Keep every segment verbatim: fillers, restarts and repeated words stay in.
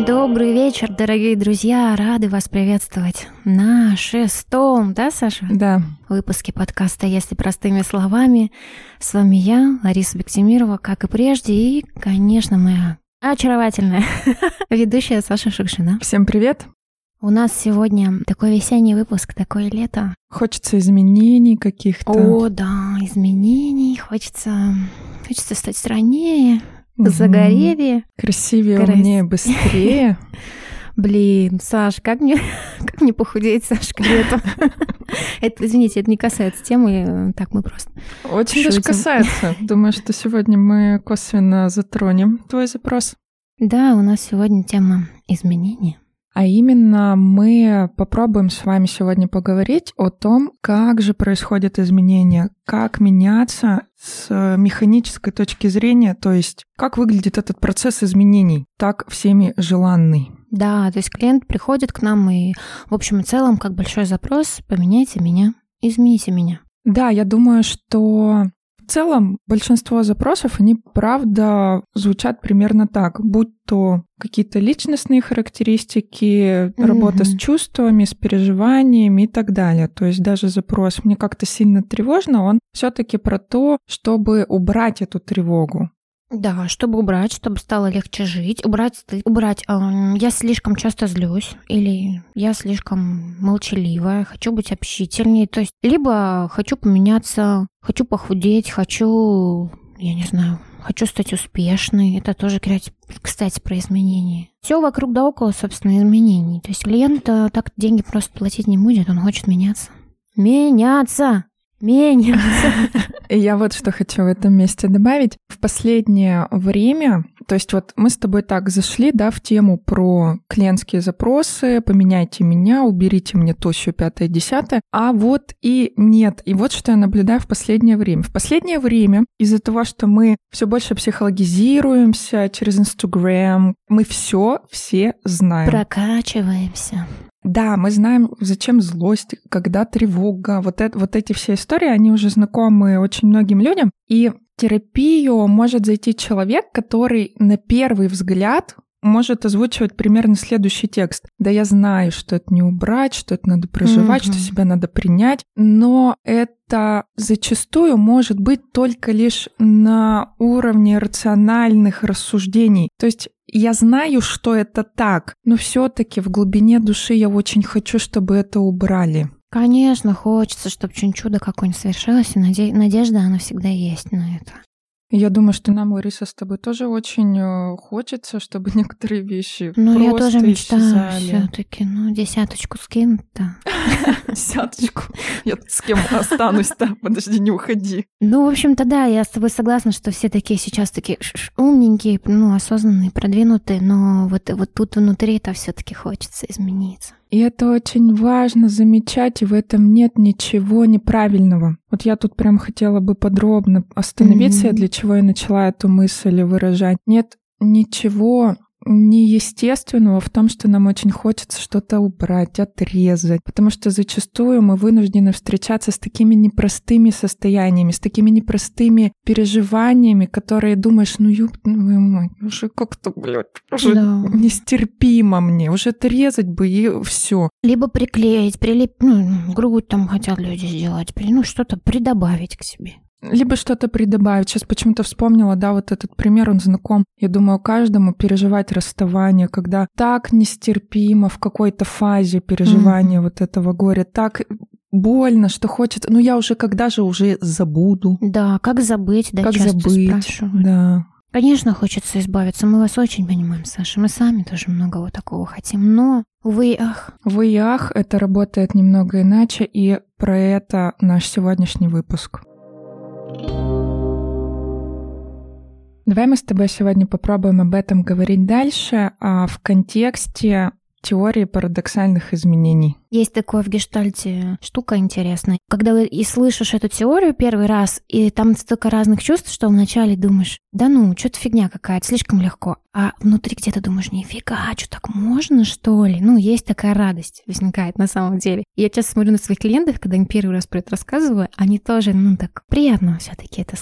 Добрый вечер, дорогие друзья! Рады вас приветствовать на шестом, да, Саша? Да. Выпуске подкаста «Если простыми словами». С вами я, Лариса Бектимирова, как и прежде, и, конечно, моя очаровательная ведущая Саша Шукшина. Всем привет! У нас сегодня такой весенний выпуск, такое лето. Хочется изменений каких-то. О, да, изменений. Хочется, хочется стать стройнее, угу. загорелее. Красивее, Крас... умнее, быстрее. Блин, Саш, как мне, как мне похудеть, Саш, к лету? Это, извините, это не касается темы, так мы просто Очень даже касается. Думаю, что сегодня мы косвенно затронем твой запрос. Да, у нас сегодня тема изменений. А именно мы попробуем с вами сегодня поговорить о том, как же происходят изменения, как меняться с механической точки зрения, то есть как выглядит этот процесс изменений, так всеми желанный. Да, то есть клиент приходит к нам и, в общем и целом, как большой запрос: поменяйте меня, измените меня. Да, я думаю, что в целом большинство запросов, они правда звучат примерно так, будь то какие-то личностные характеристики, mm-hmm. работа с чувствами, с переживаниями и так далее. То есть даже запрос «мне как-то сильно тревожно», он все-таки про то, чтобы убрать эту тревогу. Да, чтобы убрать, чтобы стало легче жить, убрать стыд, убрать э, «я слишком часто злюсь» или «я слишком молчаливая, хочу быть общительней». То есть либо хочу поменяться, хочу похудеть, хочу, я не знаю, хочу стать успешной. Это тоже, кстати, про изменения. Все вокруг да около, собственно, изменений. То есть клиент так деньги просто платить не будет, он хочет меняться. Меняться! Меняться. И я вот что хочу в этом месте добавить. В последнее время, то есть вот мы с тобой так зашли, да, в тему про клиентские запросы, поменяйте меня, уберите мне то, сё, пятое, десятое, а вот и нет. И вот что я наблюдаю в последнее время. В последнее время из-за того, что мы все больше психологизируемся через Инстаграм, мы все, все знаем. Прокачиваемся. Да, мы знаем, зачем злость, когда тревога, вот, это, вот эти все истории, они уже знакомы очень многим людям. И в терапию может зайти человек, который на первый взгляд может озвучивать примерно следующий текст. Да, я знаю, что это не убрать, что это надо проживать, mm-hmm. что себя надо принять, но это зачастую может быть только лишь на уровне рациональных рассуждений. То есть я знаю, что это так, но все-таки в глубине души я очень хочу, чтобы это убрали. Конечно, хочется, чтобы что-нибудь чудо какое-нибудь совершилось, и наде... надежда, она всегда есть на это. Я думаю, что нам, Лариса, с тобой тоже очень хочется, чтобы некоторые вещи ну, просто я тоже мечтаю исчезали. Все-таки, ну, десяточку скинуть-то. Десяточку? Я с кем останусь-то? Подожди, не уходи. Ну, в общем-то, да, я с тобой согласна, что все такие сейчас такие умненькие, ну, осознанные, продвинутые, но вот, вот тут внутри-то все-таки хочется измениться. И это очень важно замечать, и в этом нет ничего неправильного. Вот я тут прям хотела бы подробно остановиться, mm-hmm. для чего я начала эту мысль выражать. Нет ничего неестественного в том, что нам очень хочется что-то убрать, отрезать, потому что зачастую мы вынуждены встречаться с такими непростыми состояниями, с такими непростыми переживаниями, которые думаешь, ну ёб твою мать, уже как-то, блядь, уже да. нестерпимо мне, уже отрезать бы и все. Либо приклеить, прилеп, ну, грудь там хотят люди сделать, ну, что-то придобавить к себе. Либо что-то придобавить. Сейчас почему-то вспомнила, да, вот этот пример, он знаком. Я думаю, каждому переживать расставание, когда так нестерпимо в какой-то фазе переживания mm-hmm. вот этого горя, так больно, что хочется. Ну, я уже когда же уже забуду? Да, как забыть, да, как часто забыть, спрашивают. Да. Конечно, хочется избавиться. Мы вас очень понимаем, Саша. Мы сами тоже многого такого хотим. Но, увы и ах. Увы и ах, это работает немного иначе, и про это наш сегодняшний выпуск. Давай мы с тобой сегодня попробуем об этом говорить дальше, а в контексте теории парадоксальных изменений. Есть такое в гештальте штука интересная. Когда и слышишь эту теорию первый раз, и там столько разных чувств, что вначале думаешь, да ну, что-то фигня какая-то, слишком легко. А внутри где-то думаешь, нифига, что так можно, что ли? Ну, есть такая радость, возникает на самом деле. И я часто смотрю на своих клиентов, когда им первый раз про это рассказываю, они тоже, ну, так приятно все-таки это слышать.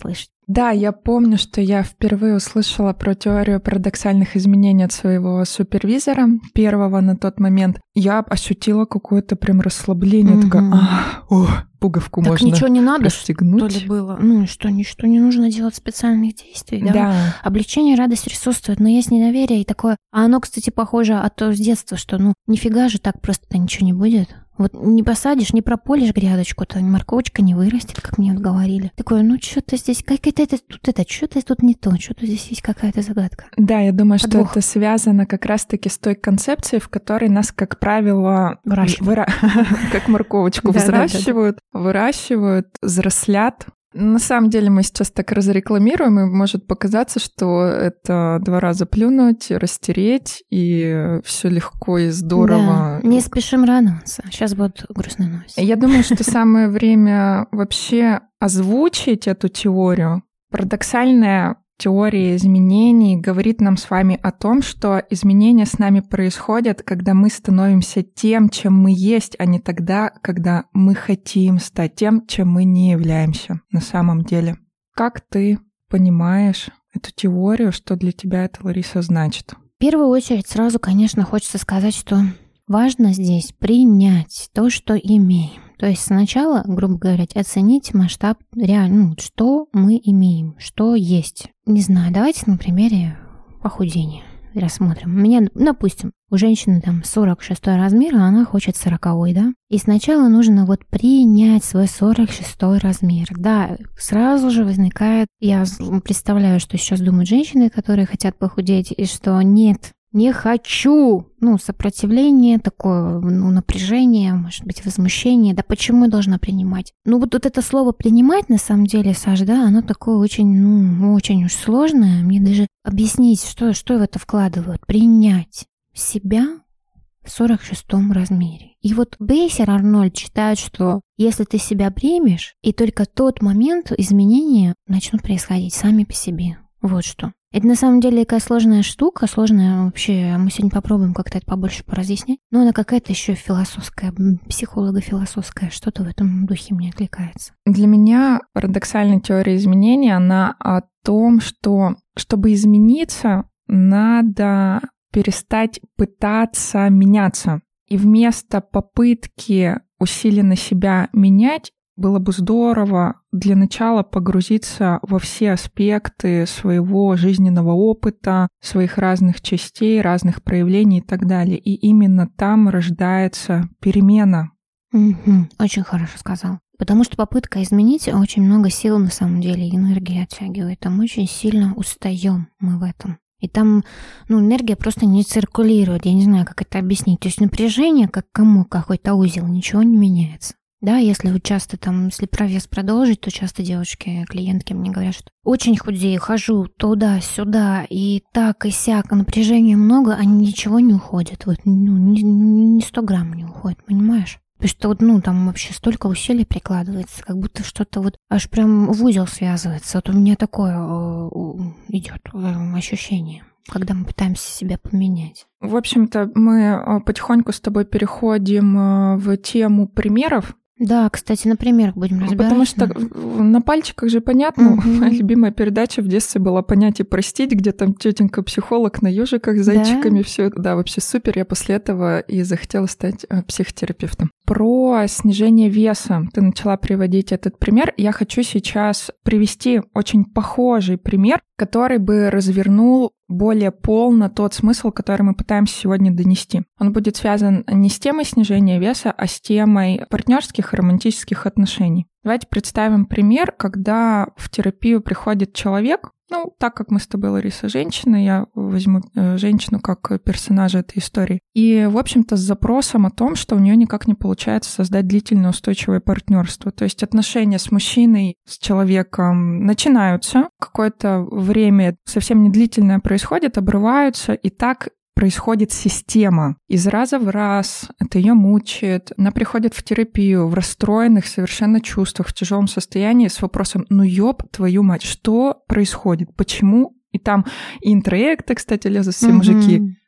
Да, я помню, что я впервые услышала про теорию парадоксальных изменений от своего супервизора, первого на тот момент. Я ощутила какое-то прям расслабление, mm-hmm. такая, а, о, пуговку так можно ничего не надо, расстегнуть. Что ли было? Ну что, ничто не нужно делать специальных действий, да? Да. Облегчение, радость присутствует, но есть недоверие и такое. А оно, кстати, похоже от с детства, что ну нифига же так просто-то ничего не будет. Вот не посадишь, не прополишь грядочку-то, морковочка не вырастет, как мне вот говорили. Такое, ну что-то здесь, как-то это, тут это, что-то тут не то, что-то здесь есть какая-то загадка. Да, я думаю, Подвох. что это связано как раз-таки с той концепцией, в которой нас, как правило, выращивают. Как морковочку взращивают, выращивают, взрослят. На самом деле мы сейчас так разрекламируем, и может показаться, что это два раза плюнуть, растереть, и все легко и здорово. Да, не спешим радоваться. Сейчас будут грустные новости. Я думаю, что самое время вообще озвучить эту теорию. Парадоксальная теория изменений говорит нам с вами о том, что изменения с нами происходят, когда мы становимся тем, чем мы есть, а не тогда, когда мы хотим стать тем, чем мы не являемся на самом деле. Как ты понимаешь эту теорию, что для тебя это, Лариса, значит? В первую очередь сразу, конечно, хочется сказать, что важно здесь принять то, что имеем. То есть сначала, грубо говоря, оценить масштаб реально, ну, что мы имеем, что есть. Не знаю, давайте на примере похудения рассмотрим. У меня, допустим, у женщины там сорок шестой размер, а она хочет сороковой, да? И сначала нужно вот принять свой сорок шестой размер. Да, сразу же возникает, я представляю, что сейчас думают женщины, которые хотят похудеть, и что нет, не хочу. Ну, сопротивление такое, ну, напряжение, может быть, возмущение. Да почему я должна принимать? Ну, вот, вот это слово «принимать», на самом деле, Саш, да, оно такое очень, ну, очень уж сложное. Мне даже объяснить, что, что в это вкладывают. Принять себя в сорок шестом размере. И вот Бейсер, Арнольд считают, что если ты себя примешь, и только в тот момент изменения начнут происходить сами по себе. Вот что. Это на самом деле такая сложная штука, сложная вообще, мы сегодня попробуем как-то это побольше поразъяснять, но она какая-то еще философская, психолого-философская, что-то в этом духе мне откликается. Для меня парадоксальная теория изменений, она о том, что чтобы измениться, надо перестать пытаться меняться. И вместо попытки усиленно себя менять, было бы здорово для начала погрузиться во все аспекты своего жизненного опыта, своих разных частей, разных проявлений и так далее. И именно там рождается перемена. Угу, очень хорошо сказал. Потому что попытка изменить очень много сил на самом деле, энергии оттягивает. Там очень сильно устаем мы в этом. И там, ну, энергия просто не циркулирует. Я не знаю, как это объяснить. То есть напряжение, как комок, какой-то узел, ничего не меняется. Да, если вот часто там, если про вес продолжить, то часто девушки, клиентки мне говорят, что очень худею, хожу туда-сюда, и так, и сяк, напряжения много, а ничего не уходит. Вот, ну, ни, ни сто грамм не уходит, понимаешь? Потому что вот, ну, там вообще столько усилий прикладывается, как будто что-то вот аж прям в узел связывается. Вот у меня такое э, идет э, ощущение, когда мы пытаемся себя поменять. В общем-то, мы потихоньку с тобой переходим в тему примеров. Да, кстати, на примерах будем разбираться. Потому что на пальчиках же понятно. Угу. Моя любимая передача в детстве была «Понять и простить», где там тетенька-психолог на ёжиках с зайчиками. Да? Все, да, вообще супер. Я после этого и захотела стать психотерапевтом. Про снижение веса ты начала приводить этот пример. Я хочу сейчас привести очень похожий пример, который бы развернул более полно тот смысл, который мы пытаемся сегодня донести. Он будет связан не с темой снижения веса, а с темой партнерских и романтических отношений. Давайте представим пример, когда в терапию приходит человек, ну, так как мы с тобой, Лариса, женщина, я возьму женщину как персонажа этой истории. И, в общем-то, с запросом о том, что у нее никак не получается создать длительное устойчивое партнерство. То есть отношения с мужчиной, с человеком начинаются, какое-то время совсем не длительное происходит, обрываются, и так происходит система. Из раза в раз это ее мучает. Она приходит в терапию в расстроенных совершенно чувствах, в тяжелом состоянии с вопросом: ну ёб твою мать, что происходит? Почему? И там и интроекты, кстати, лезут все mm-hmm. мужики.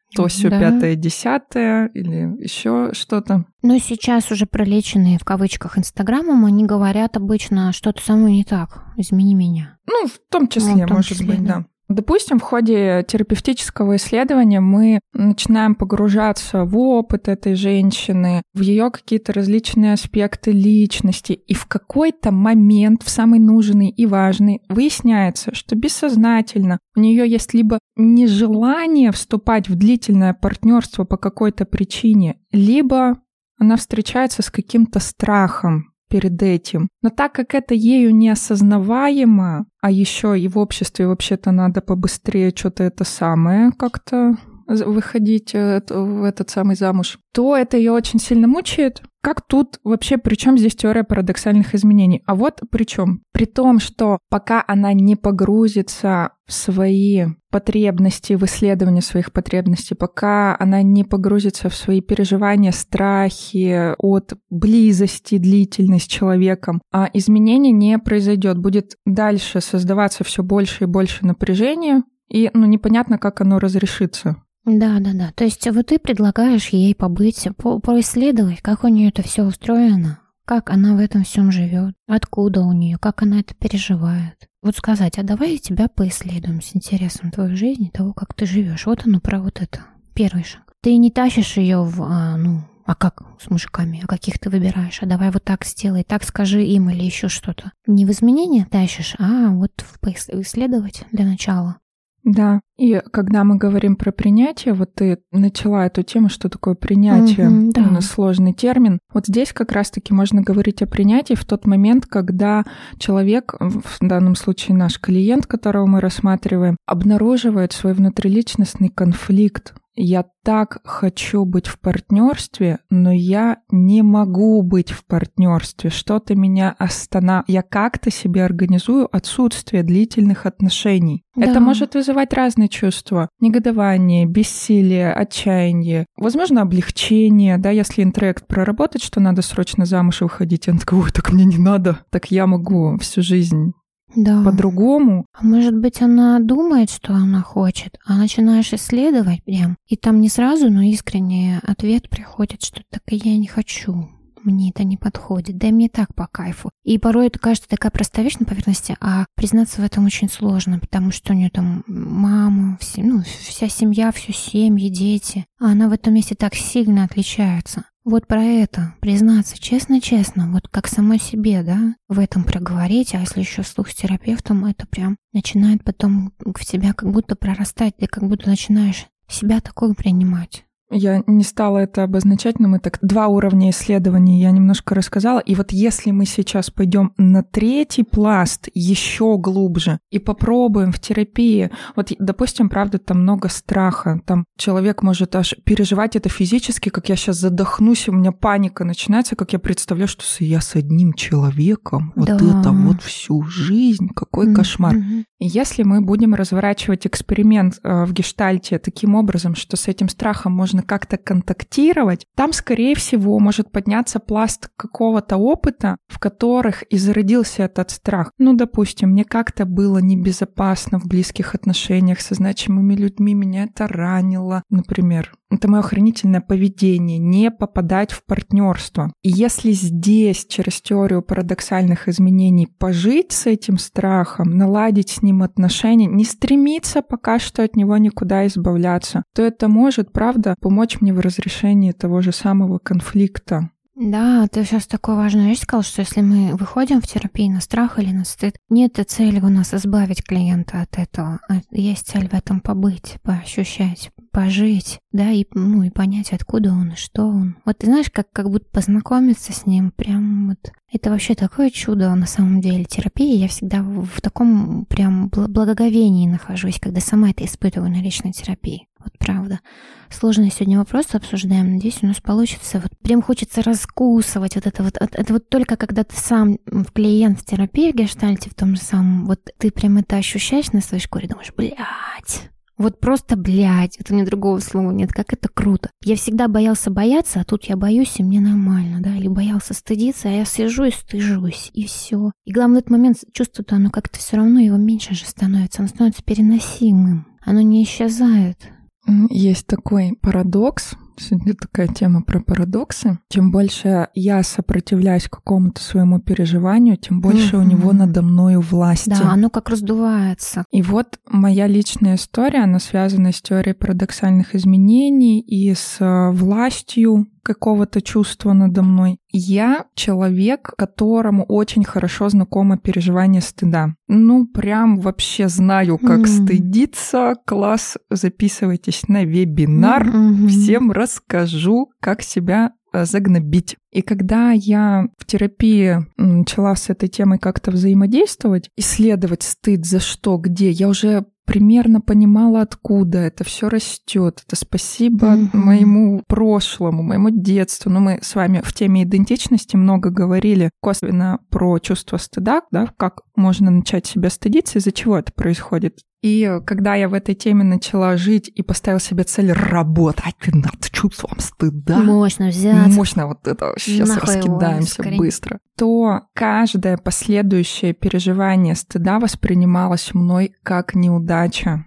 то сё Да. пятое, десятое или еще что-то. Но сейчас уже пролеченные в кавычках Инстаграмом, они говорят обычно, что-то со мной не так, измени меня. Ну, в том числе, Ну, в том может числе, быть, да. да. Допустим, в ходе терапевтического исследования мы начинаем погружаться в опыт этой женщины, в ее какие-то различные аспекты личности, и в какой-то момент, в самый нужный и важный, выясняется, что бессознательно у нее есть либо нежелание вступать в длительное партнерство по какой-то причине, либо она встречается с каким-то страхом перед этим. Но так как это ею неосознаваемо, а еще и в обществе вообще-то надо побыстрее что-то это самое как-то выходить в этот самый замуж, то это ее очень сильно мучает. Как тут вообще, при чем здесь теория парадоксальных изменений? А вот при чем? При том, что пока она не погрузится в свои потребности, в исследование своих потребностей, пока она не погрузится в свои переживания, страхи от близости длительной с человеком, а изменение не произойдет. Будет дальше создаваться все больше и больше напряжения, и ну, непонятно, как оно разрешится. Да, да, да. То есть вот ты предлагаешь ей побыть, по- поисследовать, как у нее это все устроено, как она в этом всем живет, откуда у нее, как она это переживает. Вот сказать, а давай я тебя поисследуем с интересом твоей жизни, того, как ты живешь. Вот оно про вот это. Первый шаг. Ты не тащишь ее в, а, ну, а как с мужиками, а каких ты выбираешь, а давай вот так сделай, так скажи им или еще что-то. Не в изменения тащишь, а вот в поисследовать для начала. Да, и когда мы говорим про принятие, вот ты начала эту тему, что такое принятие, Мгм, да. у нас сложный термин. Вот здесь как раз-таки можно говорить о принятии в тот момент, когда человек, в данном случае наш клиент, которого мы рассматриваем, обнаруживает свой внутриличностный конфликт. Я так хочу быть в партнерстве, но я не могу быть в партнерстве. Что-то меня останавливает. Я как-то себе организую отсутствие длительных отношений. Да. Это может вызывать разные чувства. Негодование, бессилие, отчаяние. Возможно, облегчение, да, если интроект проработать, что надо срочно замуж выходить. Я такая, ой, так мне не надо. Так я могу всю жизнь Да. по-другому. А может быть, она думает, что она хочет, а начинаешь исследовать прям, и там не сразу, но искренне ответ приходит, что так и я не хочу, мне это не подходит, да и мне так по кайфу. И порой это кажется такая простая вещь на поверхности, а признаться в этом очень сложно, потому что у нее там мама, все, ну, вся семья, все семьи, дети, а она в этом месте так сильно отличается. Вот про это, признаться честно-честно, вот как самой себе, да, в этом проговорить, а если еще вслух с терапевтом, это прям начинает потом в тебя как будто прорастать, ты как будто начинаешь себя такого принимать. Я не стала это обозначать, но мы так два уровня исследований я немножко рассказала. И вот если мы сейчас пойдем на третий пласт еще глубже и попробуем в терапии, вот, допустим, правда, там много страха, там человек может аж переживать это физически, как я сейчас задохнусь, у меня паника начинается, как я представляю, что я с одним человеком, вот Да. это вот всю жизнь, какой кошмар. Мгм. И если мы будем разворачивать эксперимент э, в гештальте таким образом, что с этим страхом можно как-то контактировать, там, скорее всего, может подняться пласт какого-то опыта, в которых и зародился этот страх. Ну, допустим, мне как-то было небезопасно в близких отношениях со значимыми людьми, меня это ранило, например. Это мое охранительное поведение, не попадать в партнерство. И если здесь, через теорию парадоксальных изменений, пожить с этим страхом, наладить с ним отношения, не стремиться пока что от него никуда избавляться, то это может, правда, помочь мне в разрешении того же самого конфликта. Да, ты сейчас такую важную вещь сказал, что если мы выходим в терапию на страх или на стыд, нет цели у нас избавить клиента от этого, а есть цель в этом побыть, поощущать, пожить, да, и, ну, и понять, откуда он и что он. Вот ты знаешь, как, как будто познакомиться с ним, прям вот, это вообще такое чудо на самом деле. Терапия, я всегда в, в таком прям благоговении нахожусь, когда сама это испытываю на личной терапии. Вот правда. Сложные сегодня вопросы обсуждаем. Надеюсь, у нас получится. Вот прям хочется раскусывать вот это вот. Это вот только когда ты сам клиент в терапии, в гештальте, в том же самом, вот ты прям это ощущаешь на своей шкуре, думаешь, блядь. Вот просто, блядь, это у меня другого слова нет, как это круто. Я всегда боялся бояться, а тут я боюсь, и мне нормально, да, или боялся стыдиться, а я сижу и стыжусь, и все. И главное, в этот момент чувство-то, оно как-то все равно, его меньше же становится, оно становится переносимым, оно не исчезает. Есть такой парадокс. Сегодня такая тема про парадоксы. Чем больше я сопротивляюсь какому-то своему переживанию, тем больше mm-hmm. у него надо мною власти. Да, оно как раздувается. И вот моя личная история, она связана с теорией парадоксальных изменений и с властью какого-то чувства надо мной. Я человек, которому очень хорошо знакомо переживание стыда. Ну, прям вообще знаю, как mm-hmm. стыдиться. Класс, записывайтесь на вебинар. Mm-hmm. Всем расскажу, как себя загнобить. И когда я в терапии начала с этой темой как-то взаимодействовать, исследовать стыд, за что, где, я уже примерно понимала, откуда это все растет. Это спасибо mm-hmm. моему прошлому, моему детству. Ну, мы с вами в теме идентичности много говорили косвенно про чувство стыда, да, как можно начать себя стыдиться, из-за чего это происходит. И когда я в этой теме начала жить и поставила себе цель работать над чувством стыда, мощно взять, мощно вот это сейчас Нахуй раскидаемся его, быстро, то каждое последующее переживание стыда воспринималось мной как неудача.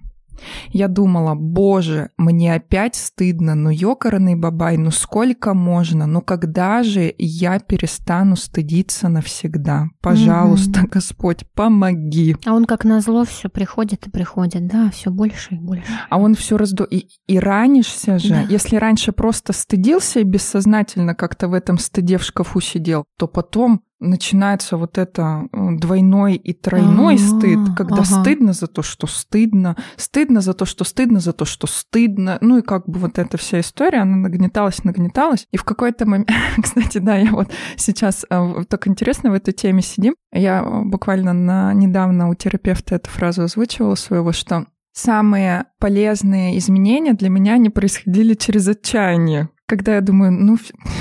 Я думала, боже, мне опять стыдно, ну ёкарный бабай, ну сколько можно, ну когда же я перестану стыдиться навсегда? Пожалуйста, угу. Господь, помоги. А он как назло все приходит и приходит, да, все больше и больше. А он все разду... И, и ранишься же. Да. Если раньше просто стыдился и бессознательно как-то в этом стыде в шкафу сидел, то потом начинается вот это двойной и тройной ага, стыд, когда ага. стыдно за то, что стыдно, стыдно за то, что стыдно за то, что стыдно. Ну и как бы вот эта вся история, она нагнеталась, нагнеталась. И в какой-то момент, кстати, да, я вот сейчас так интересно в этой теме сидим. Я буквально на, недавно у терапевта эту фразу озвучивала своего, что самые полезные изменения для меня не происходили через отчаяние. Когда я думаю, ну...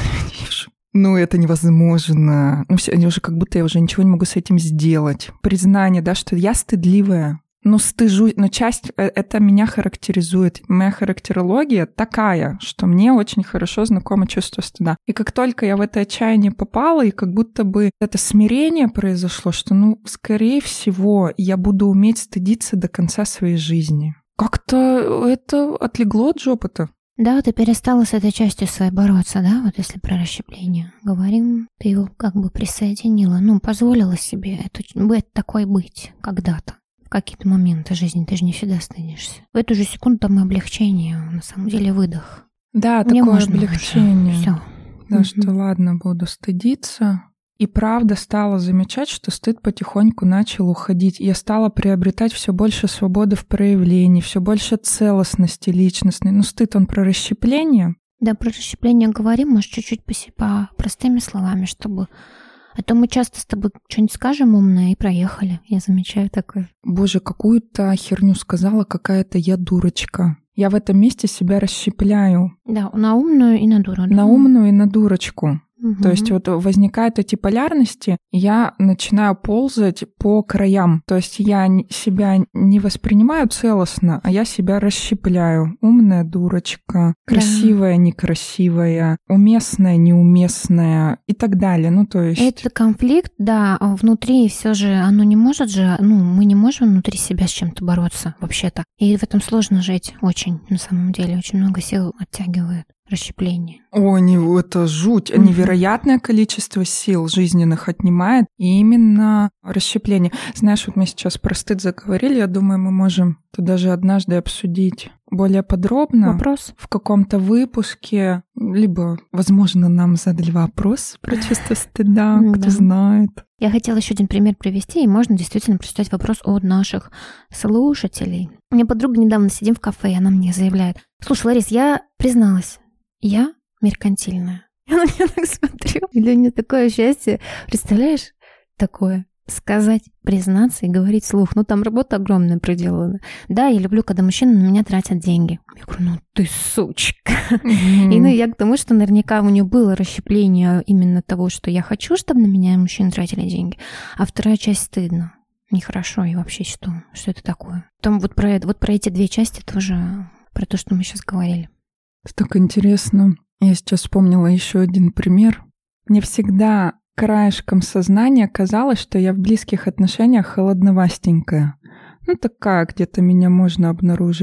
Ну, это невозможно. Ну, все, уже как будто я уже ничего не могу с этим сделать. Признание, да, что я стыдливая. Ну, стыжусь, но часть это меня характеризует. Моя характерология такая, что мне очень хорошо знакомо чувство стыда. И как только я в это отчаяние попала, и как будто бы это смирение произошло, что, ну, скорее всего, я буду уметь стыдиться до конца своей жизни. Как-то это отлегло от жопы-то. Да, ты перестала с этой частью своей бороться, да? Вот если про расщепление говорим, ты его как бы присоединила, ну, позволила себе это, быть такой быть когда-то. В какие-то моменты жизни ты же не всегда стыдишься. В эту же секунду там облегчение, на самом деле выдох. Да, Мне такое облегчение. Все. Да, mm-hmm. что ладно, буду стыдиться. И правда стала замечать, что стыд потихоньку начал уходить. Я стала приобретать все больше свободы в проявлении, все больше целостности личностной. Ну, стыд, он про расщепление. Да, про расщепление говорим, может, чуть-чуть по, по простыми словами, чтобы... А то мы часто с тобой что-нибудь скажем умное и проехали. Я замечаю такое. Боже, какую-то херню сказала какая-то я дурочка. Я в этом месте себя расщепляю. Да, на умную и на дуру. Да? На умную и на дурочку. Угу. То есть вот возникают эти полярности, я начинаю ползать по краям. То есть я себя не воспринимаю целостно, а я себя расщепляю. Умная дурочка, красивая, да. некрасивая, уместная, неуместная и так далее. Ну, то есть... Это конфликт, да, внутри все же, оно не может же, ну, мы не можем внутри себя с чем-то бороться вообще-то. И в этом сложно жить очень, на самом деле, очень много сил оттягивает. Расщепление. О, не, это жуть. Mm-hmm. Невероятное количество сил жизненных отнимает. И именно расщепление. Знаешь, вот мы сейчас про стыд заговорили, я думаю, мы можем это даже однажды обсудить более подробно. Вопрос? В каком-то выпуске. Либо, возможно, нам задали вопрос про чувство стыда, кто да. знает. Я хотела еще один пример привести, и можно действительно прочитать вопрос от наших слушателей. У меня подруга недавно сидим в кафе, и она мне заявляет: слушай, Ларис, я призналась, я меркантильная. Я на нее так смотрю. И для нее такое счастье. Представляешь, такое сказать, признаться и говорить вслух. Ну, там работа огромная проделана. Да, я люблю, когда мужчины на меня тратят деньги. Я говорю, ну ты сучка. Mm-hmm. И ну, я к тому, что наверняка у нее было расщепление именно того, что я хочу, чтобы на меня мужчины тратили деньги. А вторая часть стыдно. Нехорошо и вообще что? Что это такое? Там вот про это, вот про эти две части тоже, про то, что мы сейчас говорили. Так интересно. Я сейчас вспомнила еще один пример. Мне всегда краешком сознания казалось, что я в близких отношениях холодновастенькая. Ну, такая, где-то меня можно обнаружить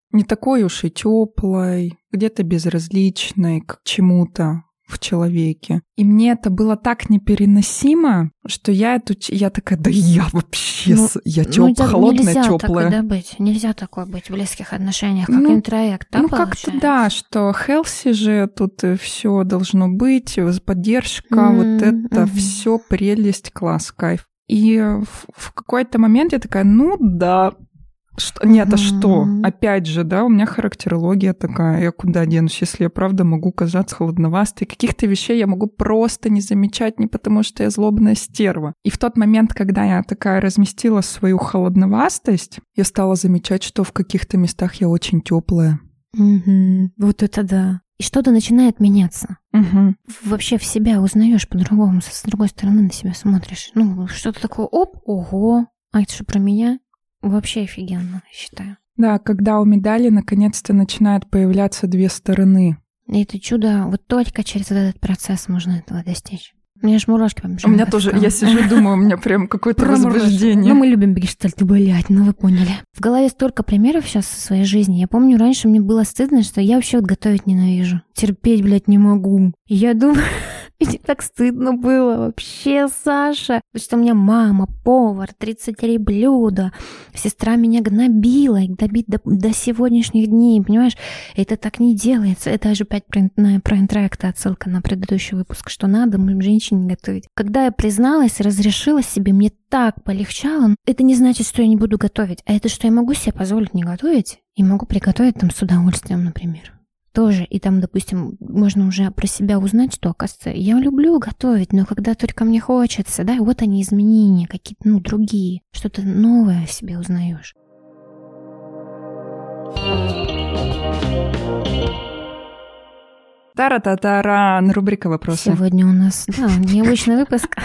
не такой уж и теплой, где-то безразличной к чему-то в человеке. И мне это было так непереносимо, что я эту я такая, да я вообще Ну, я ну, тёп, да, холодная, нельзя теплая. такой быть. Нельзя такой быть в близких отношениях, как Ну, интроект, да, Ну, как-то получается? да, что healthy же тут все должно быть, поддержка, М, вот это мгм. все прелесть, класс, кайф. И в, в какой-то момент я такая, ну да, что, нет, а что? Мгм. Опять же, да, у меня характерология такая, я куда денусь, если я правда могу казаться холодновастой. Каких-то вещей я могу просто не замечать, не потому что я злобная стерва. И в тот момент, когда я такая разместила свою холодновастость, я стала замечать, что в каких-то местах я очень теплая. Мгм. Вот это да. И что-то начинает меняться. Угу. Вообще в себя узнаешь по-другому, с другой стороны на себя смотришь. Ну, что-то такое, оп, ого, а это что про меня? Вообще офигенно, считаю. Да, когда у медали наконец-то начинают появляться две стороны. И это чудо, вот только через этот процесс можно этого достичь. У меня аж мурашки побежали. У меня как тоже, сказала. я сижу и думаю, у меня прям какое-то Про мурашки. возбуждение. Ну, мы любим гештальты, блядь, ну вы поняли. В голове столько примеров сейчас со своей жизни. Я помню, раньше мне было стыдно, что я вообще вот готовить ненавижу. Терпеть, блядь, не могу. И я думаю, мне так стыдно было вообще, Саша. Потому что у меня мама, повар, тридцать три блюда. Сестра меня гнобила и гнобит до, до сегодняшних дней, понимаешь? Это так не делается. Это же опять про, на, про интроекты, отсылка на предыдущий выпуск, что надо мы женщине готовить. Когда я призналась и разрешила себе, мне так полегчало. Это не значит, что я не буду готовить, а это что я могу себе позволить не готовить и могу приготовить там с удовольствием, например. Тоже. И там, допустим, можно уже про себя узнать, что, оказывается, я люблю готовить, но когда только мне хочется, да, вот они изменения какие-то, ну, другие. Что-то новое о себе узнаешь. Тара-та-таран, рубрика «Вопросы». Сегодня у нас, да, необычный выпуск.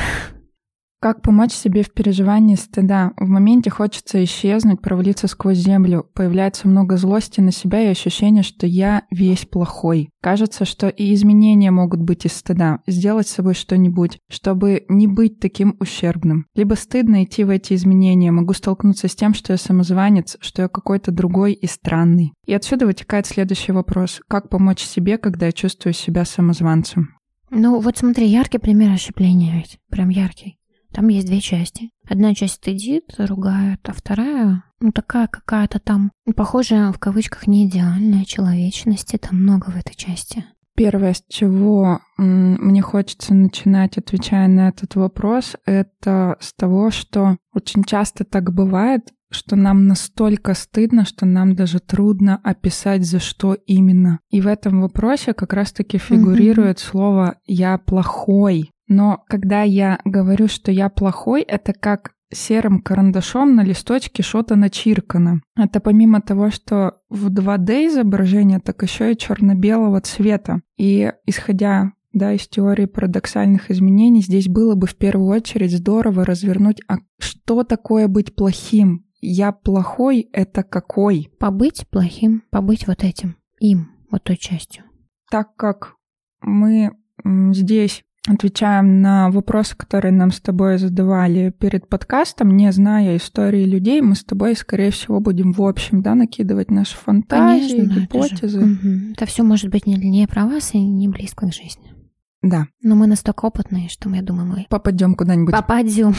Как помочь себе в переживании стыда? В моменте хочется исчезнуть, провалиться сквозь землю. Появляется много злости на себя и ощущение, что я весь плохой. Кажется, что и изменения могут быть из стыда. Сделать с собой что-нибудь, чтобы не быть таким ущербным. Либо стыдно идти в эти изменения. Могу столкнуться с тем, что я самозванец, что я какой-то другой и странный. И отсюда вытекает следующий вопрос. Как помочь себе, когда я чувствую себя самозванцем? Ну, вот смотри, яркий пример ощущения ведь. Прям яркий. Там есть две части. Одна часть стыдит, ругает, а вторая, ну, такая какая-то там, похожая, в кавычках, не идеальная человечности. Там много в этой части. Первое, с чего м, мне хочется начинать, отвечая на этот вопрос, это с того, что очень часто так бывает, что нам настолько стыдно, что нам даже трудно описать, за что именно. И в этом вопросе как раз-таки фигурирует mm-hmm. слово «я плохой». Но когда я говорю, что я плохой, это как серым карандашом на листочке что-то начиркано. Это помимо того, что в два дэ изображение, так еще и черно-белого цвета. И исходя да, из теории парадоксальных изменений, здесь было бы в первую очередь здорово развернуть, а что такое быть плохим? Я плохой — это какой? Побыть плохим, побыть вот этим, им, вот той частью. Так как мы здесь отвечаем на вопросы, которые нам с тобой задавали перед подкастом, не зная истории людей, мы с тобой, скорее всего, будем в общем, да, накидывать наши фантазии, Конечно, гипотезы. Это, угу. это все может быть не, не про вас и не близко к жизни. Да. Но мы настолько опытные, что я думаю, мы попадем куда-нибудь. Попадем.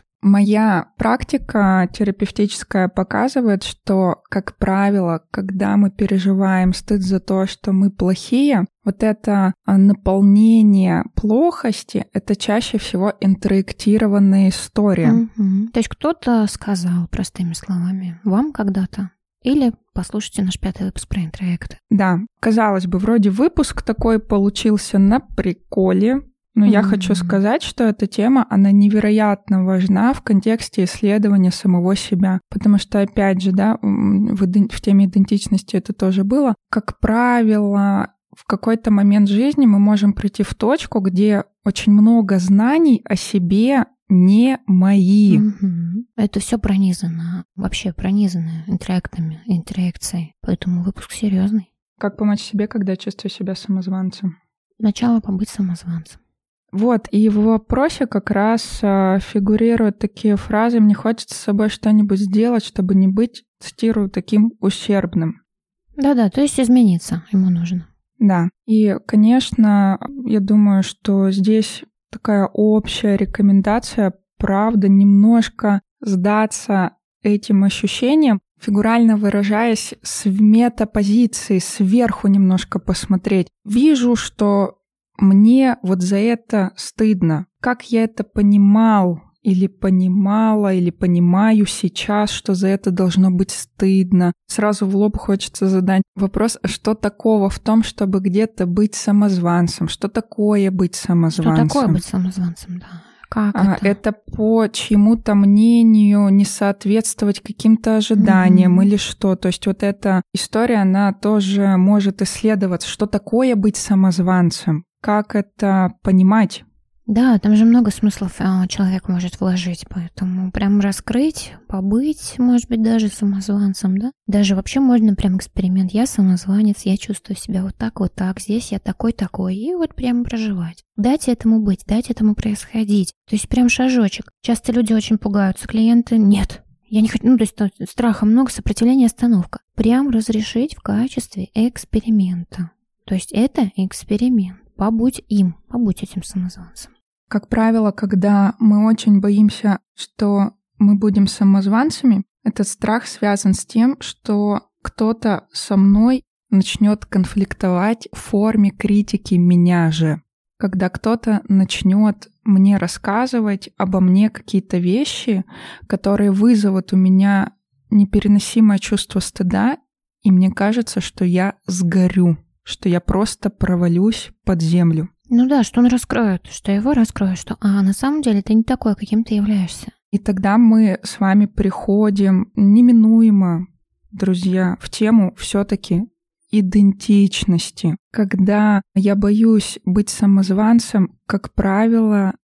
Моя практика терапевтическая показывает, что, как правило, когда мы переживаем стыд за то, что мы плохие, вот это наполнение плохости — это чаще всего интроектированная история. Mm-hmm. То есть кто-то сказал простыми словами вам когда-то, или послушайте наш пятый выпуск про интроекты. Да, казалось бы, вроде выпуск такой получился на приколе, но mm-hmm. я хочу сказать, что эта тема, она невероятно важна в контексте исследования самого себя. Потому что, опять же, да, в, в теме идентичности это тоже было. Как правило, в какой-то момент жизни мы можем прийти в точку, где очень много знаний о себе не мои. Mm-hmm. Это все пронизано, вообще пронизано интроектами, интроекцией. Поэтому выпуск серьезный. Как помочь себе, когда чувствую себя самозванцем? Начало побыть самозванцем. Вот, и в вопросе как раз а, фигурируют такие фразы: «Мне хочется с собой что-нибудь сделать, чтобы не быть, цитирую, таким ущербным». Да-да, то есть измениться ему нужно. Да. И, конечно, я думаю, что здесь такая общая рекомендация, правда, немножко сдаться этим ощущениям, фигурально выражаясь, с метапозиции, сверху немножко посмотреть. Вижу, что мне вот за это стыдно. Как я это понимал или понимала, или понимаю сейчас, что за это должно быть стыдно. Сразу в лоб хочется задать вопрос, что такого в том, чтобы где-то быть самозванцем? Что такое быть самозванцем? Что такое быть самозванцем, да. Как а, это? Это по чьему-то мнению не соответствовать каким-то ожиданиям mm-hmm. или что. То есть вот эта история, она тоже может исследоваться, что такое быть самозванцем, как это понимать. Да, там же много смыслов человек может вложить, поэтому прям раскрыть, побыть, может быть, даже самозванцем, да? Даже вообще можно прям эксперимент. Я самозванец, я чувствую себя вот так, вот так, здесь я такой-такой, и вот прям проживать. Дать этому быть, дать этому происходить. То есть прям шажочек. Часто люди очень пугаются, клиенты нет. Я не хочу, ну, то есть страха много, сопротивления, остановка. Прям разрешить в качестве эксперимента. То есть это эксперимент. Побудь им, побудь этим самозванцем. Как правило, когда мы очень боимся, что мы будем самозванцами, этот страх связан с тем, что кто-то со мной начнет конфликтовать в форме критики меня же. Когда кто-то начнет мне рассказывать обо мне какие-то вещи, которые вызовут у меня непереносимое чувство стыда, и мне кажется, что я сгорю, что я просто провалюсь под землю. Ну да, что он раскроет, что его раскроет, что а на самом деле ты не такой, каким ты являешься. И тогда мы с вами приходим неминуемо, друзья, в тему все-таки идентичности. Когда я боюсь быть самозванцем, как правило,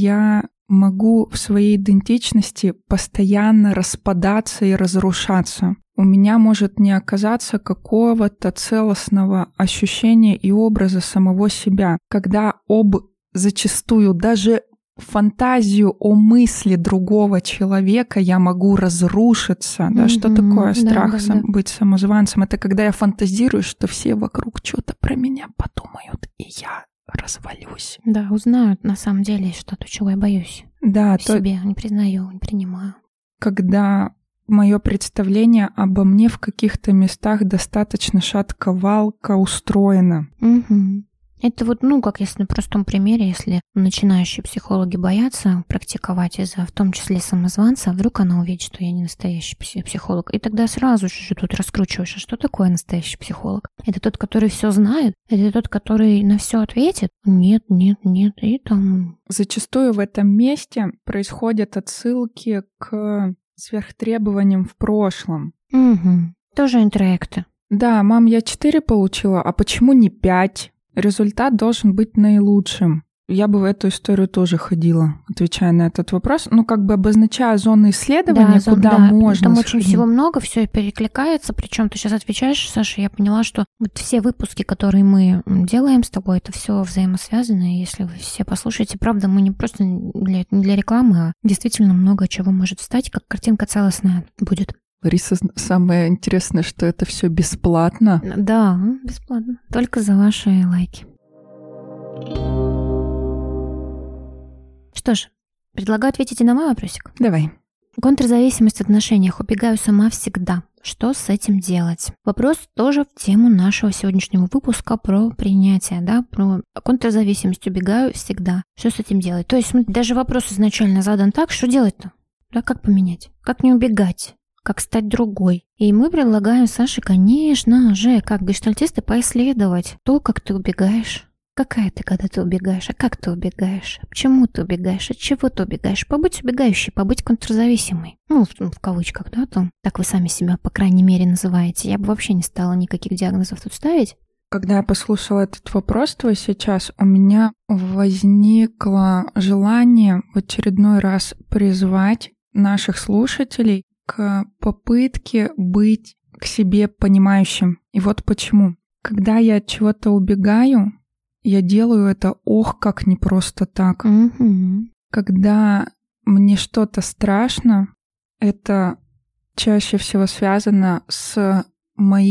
я могу в своей идентичности постоянно распадаться и разрушаться. У меня может не оказаться какого-то целостного ощущения и образа самого себя, когда об зачастую даже фантазию о мысли другого человека я могу разрушиться. Mm-hmm. Да, что такое страх да, да, сам, да. быть самозванцем? Это когда я фантазирую, что все вокруг что-то про меня подумают, и я развалюсь. Да, узнают на самом деле что-то, чего я боюсь. Да, в то... себе не признаю, не принимаю. Когда мое представление обо мне в каких-то местах достаточно шатко-валко устроено. Угу. Это вот, ну, как если на простом примере, если начинающие психологи боятся практиковать из-за, в том числе самозванца, вдруг она увидит, что я не настоящий психолог. И тогда сразу же тут раскручиваешь, а что такое настоящий психолог? Это тот, который все знает? Это тот, который на все ответит? Нет, нет, нет. И там... Зачастую в этом месте происходят отсылки к сверхтребованиям в прошлом. Угу. Тоже интроекты. Да, мам, я четыре получила, а почему не пять? Результат должен быть наилучшим. Я бы в эту историю тоже ходила, отвечая на этот вопрос. Ну, как бы обозначая зоны исследования, да, куда да, можно там сходить. Очень всего много, все перекликается. Причем ты сейчас отвечаешь, Саша, я поняла, что вот все выпуски, которые мы делаем с тобой, это все взаимосвязано. И если вы все послушаете, правда, мы не просто для, не для рекламы, а действительно много чего может встать, как картинка целостная будет. Лариса, самое интересное, что это все бесплатно. Да, бесплатно. Только за ваши лайки. Что ж, предлагаю ответить и на мой вопросик. Давай. Контрзависимость в отношениях. Убегаю сама всегда. Что с этим делать? Вопрос тоже в тему нашего сегодняшнего выпуска про принятие, да, про контрзависимость. Убегаю всегда. Что с этим делать? То есть, смотри, даже вопрос изначально задан так, что делать-то? Да, как поменять? Как не убегать? Как стать другой. И мы предлагаем Саше, конечно же, как гештальтисты, поисследовать то, как ты убегаешь. Какая ты, когда ты убегаешь, а как ты убегаешь, почему ты убегаешь, от чего ты убегаешь. Побыть убегающей, побыть контрзависимой. Ну, в, в кавычках, да, там. Так вы сами себя, по крайней мере, называете. Я бы вообще не стала никаких диагнозов тут ставить. Когда я послушала этот вопрос твой сейчас, у меня возникло желание в очередной раз призвать наших слушателей к попытке быть к себе понимающим. И вот почему. Когда я от чего-то убегаю, я делаю это ох, как не просто так. Mm-hmm. Когда мне что-то страшно, это чаще всего связано с моим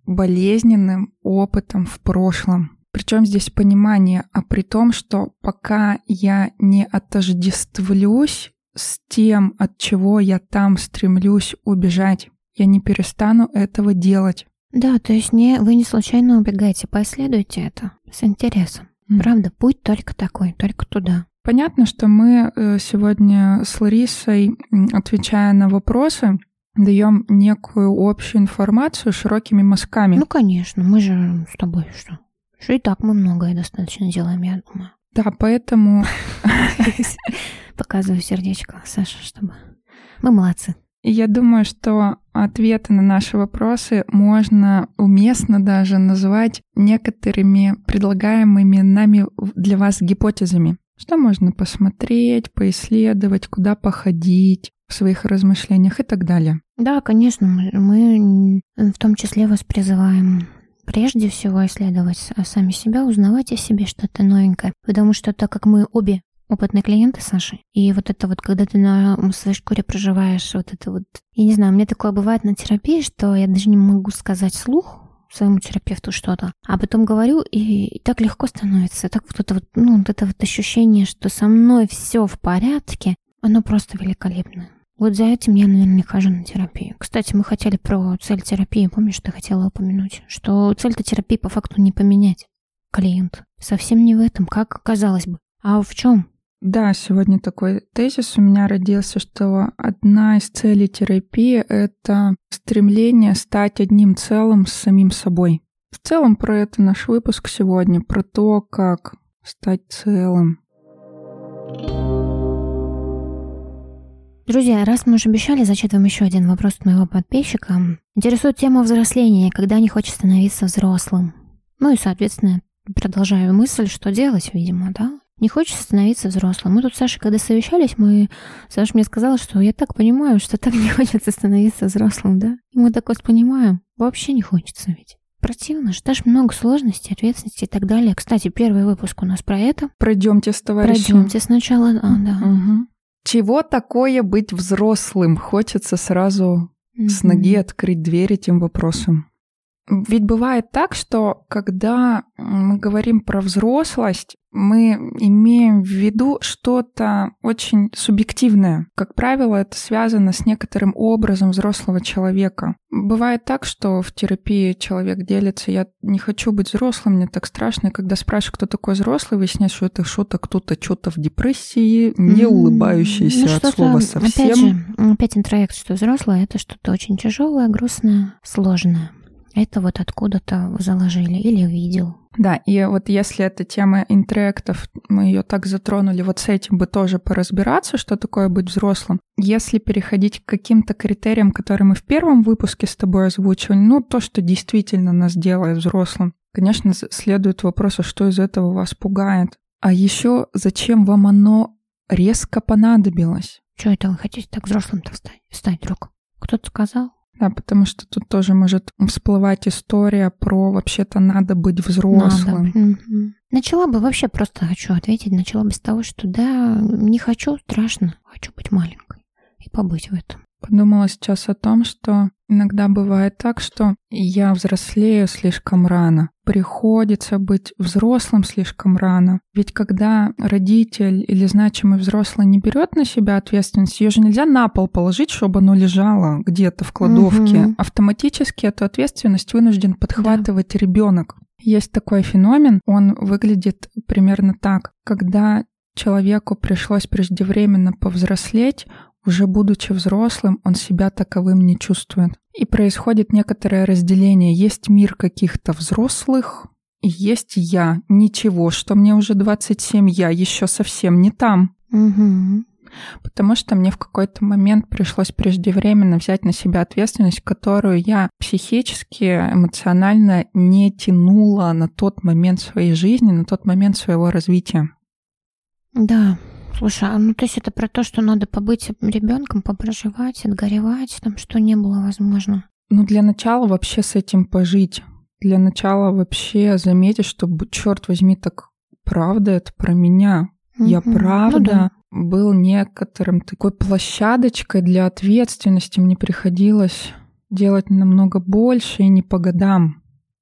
болезненным опытом в прошлом. Причем здесь понимание, а при том, что пока я не отождествлюсь с тем, от чего я там стремлюсь убежать, я не перестану этого делать. Да, то есть не, вы не случайно убегаете, последуйте это с интересом. Mm. Правда, путь только такой, только туда. Понятно, что мы сегодня с Ларисой, отвечая на вопросы, даем некую общую информацию широкими мазками. Ну, конечно, мы же с тобой что? Что и так мы многое достаточно делаем, я думаю. Да, поэтому... Показываю сердечко, Саша, чтобы... Мы молодцы. Я думаю, что ответы на наши вопросы можно уместно даже назвать некоторыми предлагаемыми нами для вас гипотезами. Что можно посмотреть, поисследовать, куда походить в своих размышлениях и так далее. Да, конечно, мы, мы в том числе вас призываем прежде всего исследовать сами себя, узнавать о себе что-то новенькое. Потому что так как мы обе опытные клиенты Саши, и вот это вот, когда ты на своей шкуре проживаешь, вот это вот, я не знаю, у меня такое бывает на терапии, что я даже не могу сказать вслух своему терапевту что-то, а потом говорю, и, и так легко становится, так вот это вот, ну, вот это вот ощущение, что со мной все в порядке, оно просто великолепно. Вот за этим я, наверное, не хожу на терапию. Кстати, мы хотели про цель терапии, помнишь, что я хотела упомянуть, что цель-то терапии по факту не поменять клиент. Совсем не в этом, как казалось бы. А в чем? Да, сегодня такой тезис у меня родился, что одна из целей терапии — это стремление стать одним целым с самим собой. В целом про это наш выпуск сегодня, про то, как стать целым. Друзья, раз мы уже обещали, зачитываем еще один вопрос от моего подписчика. Интересует тема взросления, когда не хочет становиться взрослым. Ну и, соответственно, продолжаю мысль, что делать, видимо, да? Не хочется становиться взрослым. Мы тут с Сашей, когда совещались, мы... Саша мне сказала, что я так понимаю, что так не хочется становиться взрослым, да? И мы так вот понимаем, вообще не хочется ведь. Противно, что ж много сложностей, ответственности и так далее. Кстати, первый выпуск у нас про это. Пройдемте с товарищем. Пройдемте сначала, а, да. Угу. Чего такое быть взрослым? Хочется сразу mm-hmm. с ноги открыть дверь этим вопросом. Ведь бывает так, что когда мы говорим про взрослость, мы имеем в виду что-то очень субъективное. Как правило, это связано с некоторым образом взрослого человека. Бывает так, что в терапии человек делится: я не хочу быть взрослым, мне так страшно. И когда спрашиваешь, кто такой взрослый, выясняешь, что это что-то кто-то что-то в депрессии, не улыбающийся ну, от слова совсем. Опять же, опять интроект, что взрослое — это что-то очень тяжелое, грустное, сложное. Это вот откуда-то заложили или увидел. Да, и вот если эта тема интроектов, мы ее так затронули, вот с этим бы тоже поразбираться, что такое быть взрослым. Если переходить к каким-то критериям, которые мы в первом выпуске с тобой озвучивали, ну, то, что действительно нас делает взрослым, конечно, следует вопрос, а что из этого вас пугает? А еще зачем вам оно резко понадобилось? Что это вы хотите так взрослым-то стать, стать вдруг? Кто-то сказал? Да, потому что тут тоже может всплывать история про вообще-то надо быть взрослым. Надо. Угу. Начала бы, вообще просто хочу ответить, начала бы с того, что да, не хочу, страшно, хочу быть маленькой и побыть в этом. Подумала сейчас о том, что иногда бывает так, что я взрослею слишком рано. Приходится быть взрослым слишком рано. Ведь когда родитель или значимый взрослый не берет на себя ответственность, ее же нельзя на пол положить, чтобы оно лежало где-то в кладовке. Угу. Автоматически эту ответственность вынужден подхватывать да. ребенок. Есть такой феномен, он выглядит примерно так. Когда человеку пришлось преждевременно повзрослеть, уже будучи взрослым, он себя таковым не чувствует. И происходит некоторое разделение. Есть мир каких-то взрослых, и есть я. Ничего, что мне уже двадцать семь, я еще совсем не там. Угу. Потому что мне в какой-то момент пришлось преждевременно взять на себя ответственность, которую я психически, эмоционально не тянула на тот момент своей жизни, на тот момент своего развития. Да. Слушай, а ну то есть это про то, что надо побыть ребенком, попроживать, отгоревать, там, что не было возможно? Ну, для начала вообще с этим пожить. Для начала вообще заметить, что, черт возьми, так правда это про меня. Mm-hmm. Я правда ну, да. был некоторым такой площадочкой для ответственности. Мне приходилось делать намного больше и не по годам.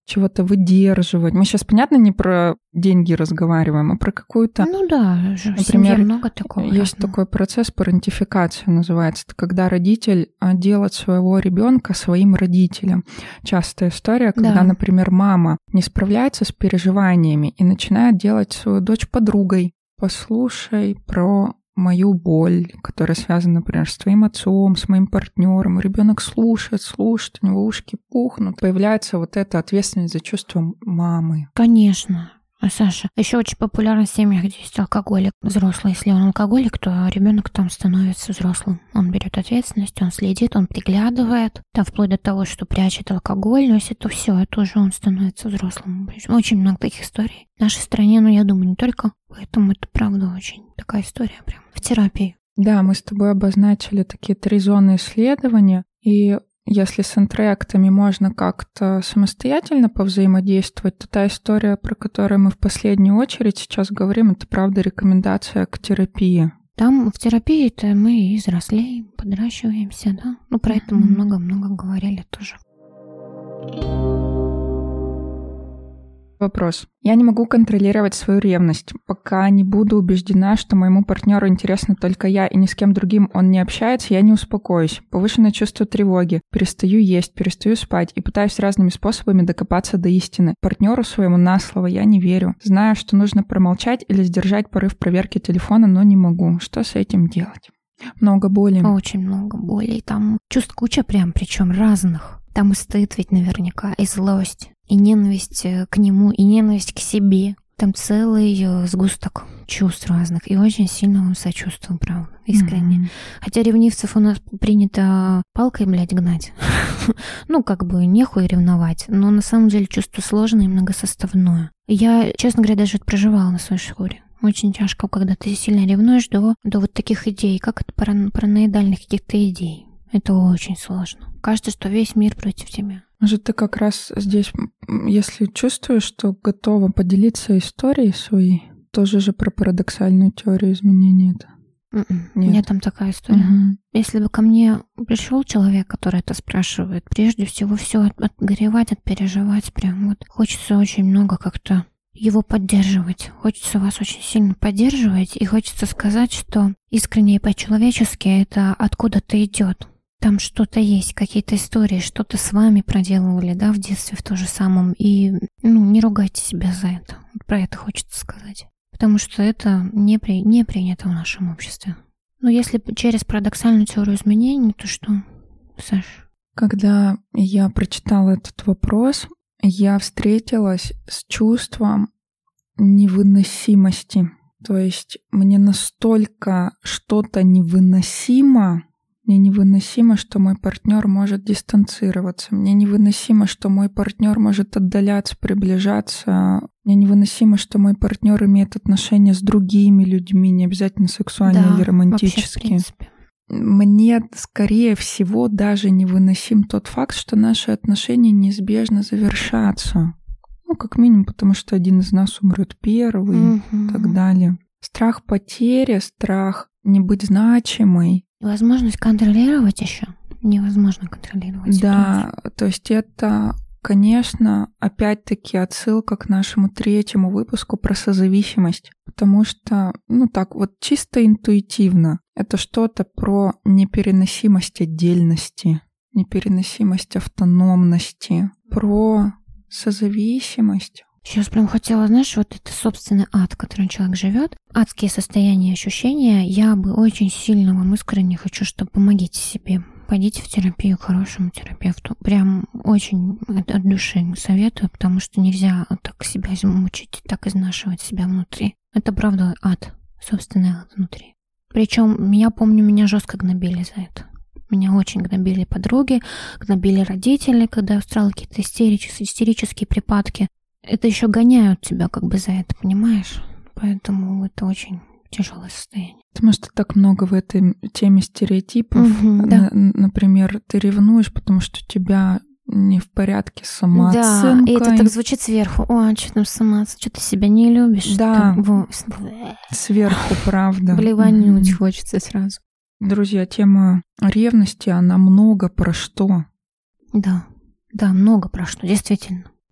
чего-то выдерживать. Мы сейчас, понятно, не про деньги разговариваем, а про какую-то... Ну да, же, например, много такого. Есть разного. такой процесс парентификация называется. Это когда родитель делает своего ребенка своим родителем. Частая история, когда, Да. например, мама не справляется с переживаниями и начинает делать свою дочь подругой. Послушай про мою боль, которая связана, например, с твоим отцом, с моим партнером. Ребенок слушает, слушает, у него ушки пухнут. Появляется вот эта ответственность за чувство мамы. Конечно. А Саша, еще очень популярна в семьях, где есть алкоголик взрослый. Если он алкоголик, то ребенок там становится взрослым. Он берет ответственность, он следит, он приглядывает, там вплоть до того, что прячет алкоголь. Но если это все, это уже он становится взрослым. Очень много таких историй. В нашей стране, ну, я думаю, не только. Поэтому это, правда, очень такая история прям в терапии. Да, мы с тобой обозначили такие три зоны исследования. И если с интроектами можно как-то самостоятельно повзаимодействовать, то та история, про которую мы в последнюю очередь сейчас говорим, это, правда, рекомендация к терапии. Там в терапии-то мы и взрослеем, подращиваемся, да? Ну, про это мы много-много говорили тоже. Вопрос. Я не могу контролировать свою ревность, пока не буду убеждена, что моему партнеру интересна только я и ни с кем другим он не общается, я не успокоюсь. Повышенное чувство тревоги. Перестаю есть, перестаю спать и пытаюсь разными способами докопаться до истины. Партнеру своему на слово я не верю. Знаю, что нужно промолчать или сдержать порыв проверки телефона, но не могу. Что с этим делать? Много боли. Очень много боли. Там чувств куча прям, причем разных. Там и стыд ведь наверняка, и злость, и ненависть к нему, и ненависть к себе. Там целый сгусток чувств разных. И очень сильно вам сочувствую, правда, искренне. Mm-hmm. Хотя ревнивцев у нас принято палкой, блядь, гнать. Ну, как бы нехуй ревновать. Но на самом деле чувство сложное и многосоставное. Я, честно говоря, даже это проживала на своей шкуре. Очень тяжко, когда ты сильно ревнуешь до, до вот таких идей, как это парано- параноидальных каких-то идей. Это очень сложно. Кажется, что весь мир против тебя. Может, ты как раз здесь, если чувствуешь, что готова поделиться историей своей, тоже же про парадоксальную теорию изменения это? Нет. У меня там такая история. Угу. Если бы ко мне пришел человек, который это спрашивает, прежде всего все отгоревать, отпереживать, прям вот хочется очень много как-то его поддерживать. Хочется вас очень сильно поддерживать, и хочется сказать, что искренне и по-человечески это откуда-то идет. Там что-то есть, какие-то истории, что-то с вами проделывали, да, в детстве в то же самом. И, ну, не ругайте себя за это. Про это хочется сказать. Потому что это не, при, не принято в нашем обществе. Но если через парадоксальную теорию изменений, то что, Саш? Когда я прочитала этот вопрос, я встретилась с чувством невыносимости. То есть мне настолько что-то невыносимо, мне невыносимо, что мой партнер может дистанцироваться. Мне невыносимо, что мой партнер может отдаляться, приближаться. Мне невыносимо, что мой партнер имеет отношения с другими людьми, не обязательно сексуальные да, или романтические. Вообще, в принципе. Мне, скорее всего, даже невыносим тот факт, что наши отношения неизбежно завершатся. Ну, как минимум, потому что один из нас умрет первый и угу. так далее. Страх потери, страх не быть значимой. Возможность контролировать еще невозможно контролировать. Да, ситуацию. То есть это, конечно, опять-таки отсылка к нашему третьему выпуску про созависимость, потому что, ну так вот чисто интуитивно, это что-то про непереносимость отдельности, непереносимость автономности, про созависимость. Сейчас прям хотела, знаешь, вот это собственный ад, в котором человек живет, адские состояния и ощущения. Я бы очень сильно вам искренне хочу, чтобы помогите себе. Пойдите в терапию к хорошему терапевту. Прям очень от души советую, потому что нельзя так себя мучить, так изнашивать себя внутри. Это правда ад, собственный ад внутри. Причем меня, помню, меня жестко гнобили за это. Меня очень гнобили подруги, гнобили родители, когда я устраивала какие-то истерические, истерические припадки. Это еще гоняют тебя как бы за это, понимаешь? Поэтому это очень тяжелое состояние. Потому что так много в этой теме стереотипов. Угу, да. Например, ты ревнуешь, потому что у тебя не в порядке с самооценкой. Да, и это так звучит сверху. О, что там самооценка? Что ты себя не любишь? Да, там, сверху, правда. Блевануть хочется сразу. Друзья, тема ревности, она много про что. Да, да, много про что, действительно.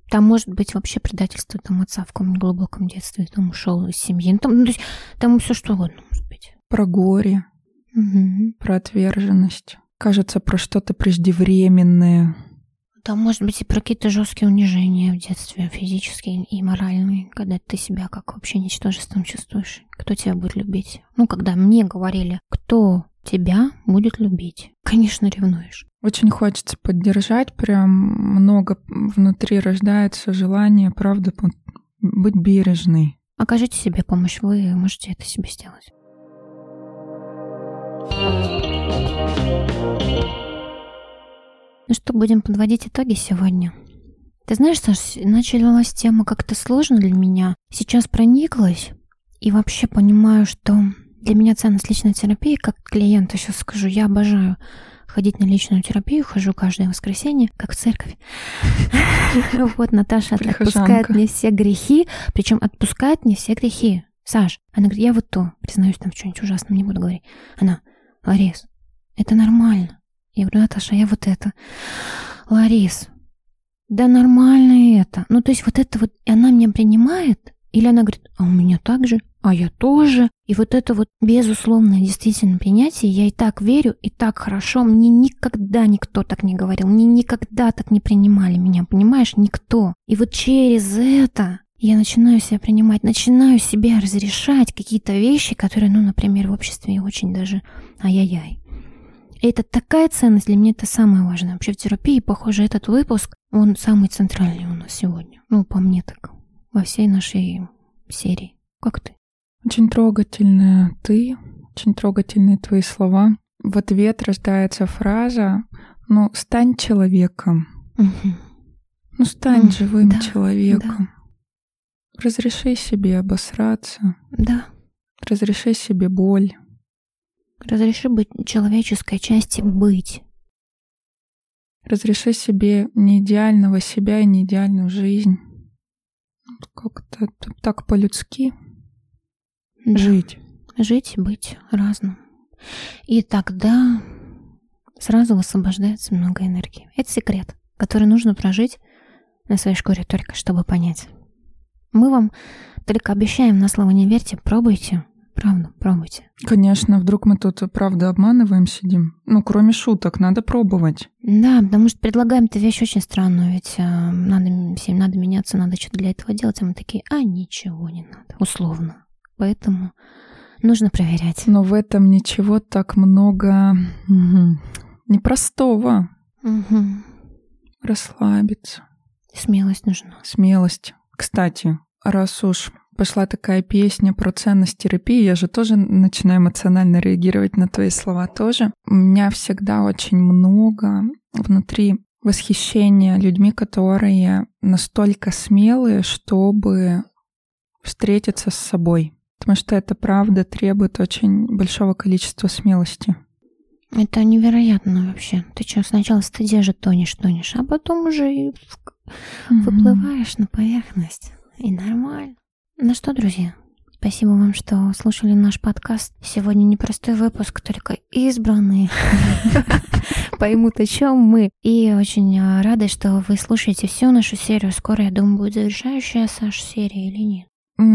Там может быть вообще предательство там отца в каком-нибудь глубоком детстве, там ушел из семьи. Ну, там, ну, то есть, там все что угодно может быть. Про горе, Угу. про отверженность. Кажется, про что-то преждевременное. Там может быть и про какие-то жесткие унижения в детстве, физические и моральные, когда ты себя как вообще ничтожеством чувствуешь. Кто тебя будет любить? Ну, когда мне говорили, кто тебя будет любить? Конечно, ревнуешь. Очень хочется поддержать, прям много внутри рождается желание, правда, быть бережной. Окажите себе помощь, вы можете это себе сделать. Ну что, будем подводить итоги сегодня. Ты знаешь, Саш, началась тема как-то сложно для меня. Сейчас прониклась и вообще понимаю, что для меня ценность личной терапии, как клиента сейчас скажу, я обожаю ходить на личную терапию, хожу каждое воскресенье, как в церковь. Вот Наташа отпускает мне все грехи, причем отпускает мне все грехи. Саш, она говорит, я вот то, признаюсь, там что-нибудь ужасное, не буду говорить. Она, Ларис, это нормально. Я говорю, Наташа, я вот это. Ларис, да нормально это. Ну, то есть вот это вот, и она меня принимает, или она говорит, а у меня так же, а я тоже. И вот это вот безусловное действительно принятие, я и так верю, и так хорошо. Мне никогда никто так не говорил, мне никогда так не принимали меня, понимаешь, никто. И вот через это я начинаю себя принимать, начинаю себе разрешать какие-то вещи, которые, ну, например, в обществе очень даже ай-яй-яй. И это такая ценность, для меня это самое важное. Вообще в терапии, похоже, этот выпуск, он самый центральный у нас сегодня. Ну, по мне так, во всей нашей серии. Как ты? Очень трогательная ты, очень трогательные твои слова. В ответ рождается фраза, ну, стань человеком. Угу. Ну, стань mm, живым да, человеком. Да. Разреши себе обосраться. Да. Разреши себе боль. Разреши быть человеческой части быть. Разреши себе неидеального себя и неидеальную жизнь. Как-то так по-людски да. жить. Жить, быть разным. И тогда сразу высвобождается много энергии. Это секрет, который нужно прожить на своей шкуре только, чтобы понять. Мы вам только обещаем, на слово не верьте, пробуйте. Правда, пробуйте. Конечно, вдруг мы тут, правда, обманываем, сидим. Ну, кроме шуток, надо пробовать. Да, потому что предлагаем-то вещь очень странную, ведь э, надо, всем надо меняться, надо что-то для этого делать, а мы такие, а ничего не надо, условно. Поэтому нужно проверять. Но в этом ничего так много угу. непростого. Угу. Расслабиться. Смелость нужна. Смелость. Кстати, раз уж пошла такая песня про ценность терапии, я же тоже начинаю эмоционально реагировать на твои слова тоже. У меня всегда очень много внутри восхищения людьми, которые настолько смелые, чтобы встретиться с собой. Потому что это, правда, требует очень большого количества смелости. Это невероятно вообще. Ты что, сначала в стыде же тонешь, тонешь, а потом уже и mm-hmm. выплываешь на поверхность. И нормально. Ну что, друзья, спасибо вам, что слушали наш подкаст. Сегодня непростой выпуск, только избранные поймут, о чем мы. И очень рада, что вы слушаете всю нашу серию. Скоро, я думаю, будет завершающая, Саша, серия или нет?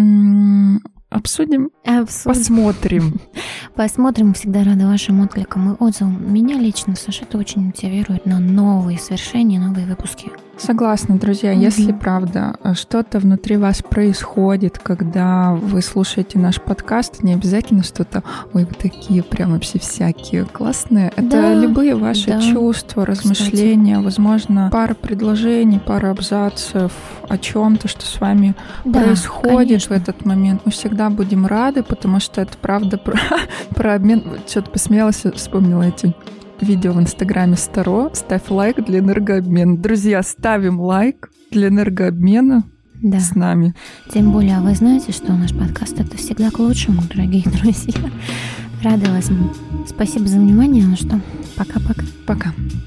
Обсудим, Обсудим. Посмотрим. Посмотрим, всегда рады вашим откликам и отзывам. Меня лично, Саша, это очень мотивирует на новые свершения, новые выпуски. Согласна, друзья. Mm-hmm. Если, правда, что-то внутри вас происходит, когда вы слушаете наш подкаст, не обязательно что-то, ой, вы такие прям вообще всякие классные. Это да, любые ваши да. чувства, размышления, кстати. Возможно, пара предложений, пара абзацев о чем-то, что с вами да, происходит конечно. В этот момент. Мы всегда будем рады, потому что это правда про, про обмен. Что-то посмеялась, вспомнила эти видео в Инстаграме Старо. Ставь лайк для энергообмена. Друзья, ставим лайк для энергообмена да. с нами. Тем более, вы знаете, что наш подкаст — это всегда к лучшему, дорогие друзья. Рада вас. Спасибо за внимание. Ну что, пока-пока. Пока.